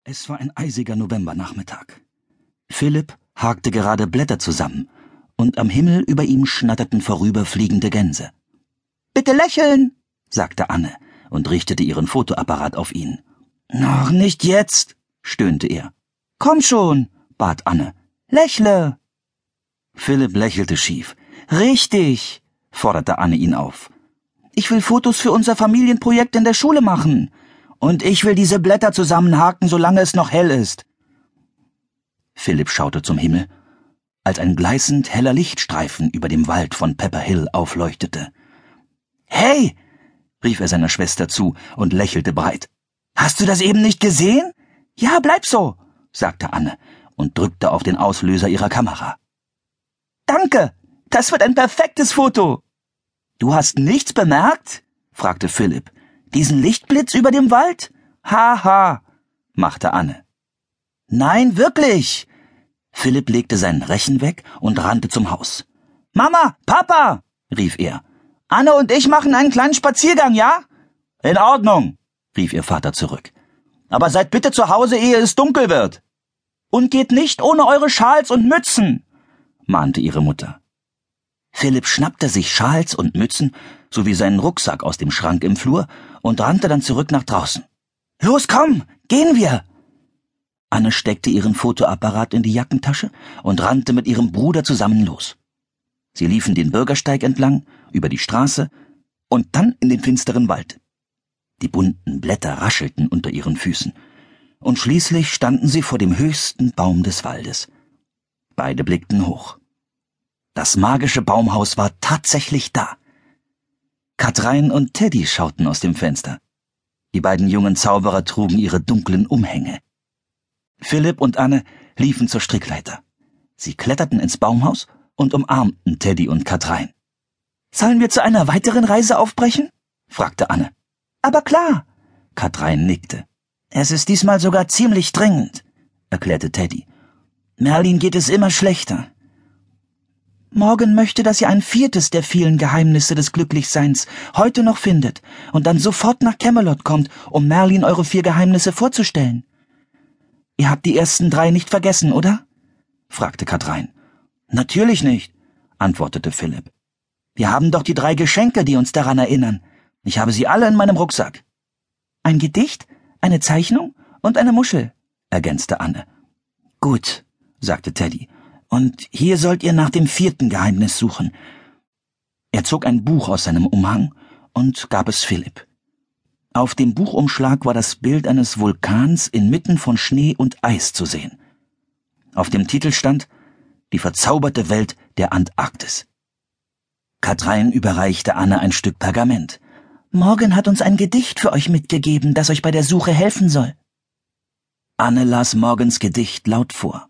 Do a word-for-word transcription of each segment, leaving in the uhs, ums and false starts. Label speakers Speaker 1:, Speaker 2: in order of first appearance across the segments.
Speaker 1: Es war ein eisiger Novembernachmittag. Philipp hakte gerade Blätter zusammen, und am Himmel über ihm schnatterten vorüberfliegende Gänse. »Bitte lächeln«, sagte Anne und richtete ihren Fotoapparat auf ihn. »Noch nicht jetzt«, stöhnte er. »Komm schon«, bat Anne. »Lächle!« Philipp lächelte schief. »Richtig«, forderte Anne ihn auf. »Ich will Fotos für unser Familienprojekt in der Schule machen. Und ich will diese Blätter zusammenhaken, solange es noch hell ist.« Philipp schaute zum Himmel, als ein gleißend heller Lichtstreifen über dem Wald von Pepper Hill aufleuchtete. »Hey«, rief er seiner Schwester zu und lächelte breit. »Hast du das eben nicht gesehen?« »Ja, bleib so«, sagte Anne und drückte auf den Auslöser ihrer Kamera. »Danke, das wird ein perfektes Foto.« »Du hast nichts bemerkt?«, fragte Philipp. »Diesen Lichtblitz über dem Wald?« »Haha«, machte Anne. »Nein, wirklich!« Philipp legte seinen Rechen weg und rannte zum Haus. »Mama, Papa«, rief er. »Anne und ich machen einen kleinen Spaziergang, ja?« »In Ordnung«, rief ihr Vater zurück. »Aber seid bitte zu Hause, ehe es dunkel wird.« »Und geht nicht ohne eure Schals und Mützen«, mahnte ihre Mutter. Philipp schnappte sich Schals und Mützen sowie seinen Rucksack aus dem Schrank im Flur und rannte dann zurück nach draußen. »Los, komm, gehen wir!« Anne steckte ihren Fotoapparat in die Jackentasche und rannte mit ihrem Bruder zusammen los. Sie liefen den Bürgersteig entlang, über die Straße und dann in den finsteren Wald. Die bunten Blätter raschelten unter ihren Füßen, und schließlich standen sie vor dem höchsten Baum des Waldes. Beide blickten hoch. Das magische Baumhaus war tatsächlich da. Katrein und Teddy schauten aus dem Fenster. Die beiden jungen Zauberer trugen ihre dunklen Umhänge. Philipp und Anne liefen zur Strickleiter. Sie kletterten ins Baumhaus und umarmten Teddy und Katrein. »Sollen wir zu einer weiteren Reise aufbrechen?« fragte Anne. »Aber klar«, Katrein nickte. »Es ist diesmal sogar ziemlich dringend«, erklärte Teddy. »Merlin geht es immer schlechter. Morgan möchte, dass ihr ein viertes der vielen Geheimnisse des Glücklichseins heute noch findet und dann sofort nach Camelot kommt, um Merlin eure vier Geheimnisse vorzustellen. Ihr habt die ersten drei nicht vergessen, oder?« fragte Katrein. »Natürlich nicht«, antwortete Philipp. »Wir haben doch die drei Geschenke, die uns daran erinnern. Ich habe sie alle in meinem Rucksack.« »Ein Gedicht, eine Zeichnung und eine Muschel«, ergänzte Anne. »Gut«, sagte Teddy. »Und hier sollt ihr nach dem vierten Geheimnis suchen.« Er zog ein Buch aus seinem Umhang und gab es Philipp. Auf dem Buchumschlag war das Bild eines Vulkans inmitten von Schnee und Eis zu sehen. Auf dem Titel stand »Die verzauberte Welt der Antarktis«. Katrein überreichte Anne ein Stück Pergament. »Morgan hat uns ein Gedicht für euch mitgegeben, das euch bei der Suche helfen soll.« Anne las Morgans Gedicht laut vor.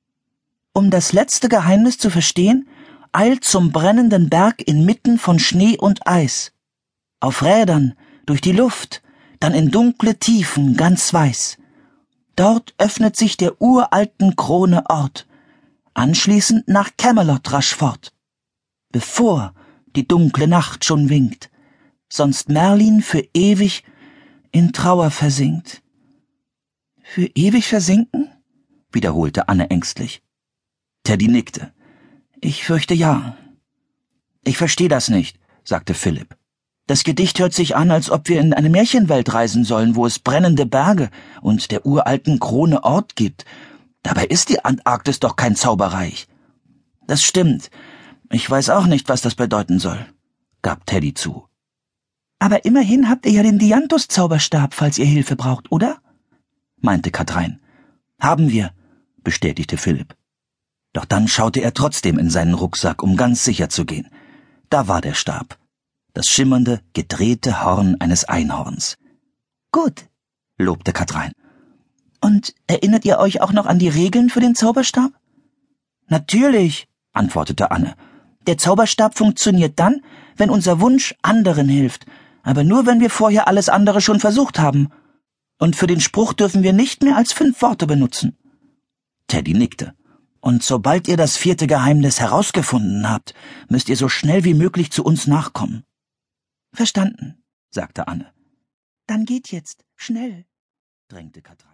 Speaker 1: »Um das letzte Geheimnis zu verstehen, eilt zum brennenden Berg inmitten von Schnee und Eis. Auf Rädern, durch die Luft, dann in dunkle Tiefen ganz weiß. Dort öffnet sich der uralten Krone Ort, anschließend nach Camelot rasch fort, bevor die dunkle Nacht schon winkt, sonst Merlin für ewig in Trauer versinkt.« »Für ewig versinken?«, wiederholte Anne ängstlich. Teddy nickte. »Ich fürchte ja.« »Ich verstehe das nicht«, sagte Philipp. »Das Gedicht hört sich an, als ob wir in eine Märchenwelt reisen sollen, wo es brennende Berge und der uralten Krone Ort gibt. Dabei ist die Antarktis doch kein Zauberreich.« »Das stimmt. Ich weiß auch nicht, was das bedeuten soll«, gab Teddy zu. »Aber immerhin habt ihr ja den Dianthus-Zauberstab, falls ihr Hilfe braucht, oder?«, meinte Katrein. »Haben wir«, bestätigte Philipp. Doch dann schaute er trotzdem in seinen Rucksack, um ganz sicher zu gehen. Da war der Stab. Das schimmernde, gedrehte Horn eines Einhorns. »Gut«, lobte Katrein. »Und erinnert ihr euch auch noch an die Regeln für den Zauberstab?« »Natürlich«, antwortete Anne. »Der Zauberstab funktioniert dann, wenn unser Wunsch anderen hilft, aber nur, wenn wir vorher alles andere schon versucht haben. Und für den Spruch dürfen wir nicht mehr als fünf Worte benutzen.« Teddy nickte. »Und sobald ihr das vierte Geheimnis herausgefunden habt, müsst ihr so schnell wie möglich zu uns nachkommen.« »Verstanden«, sagte Anne. »Dann geht jetzt, schnell«, drängte Katrein.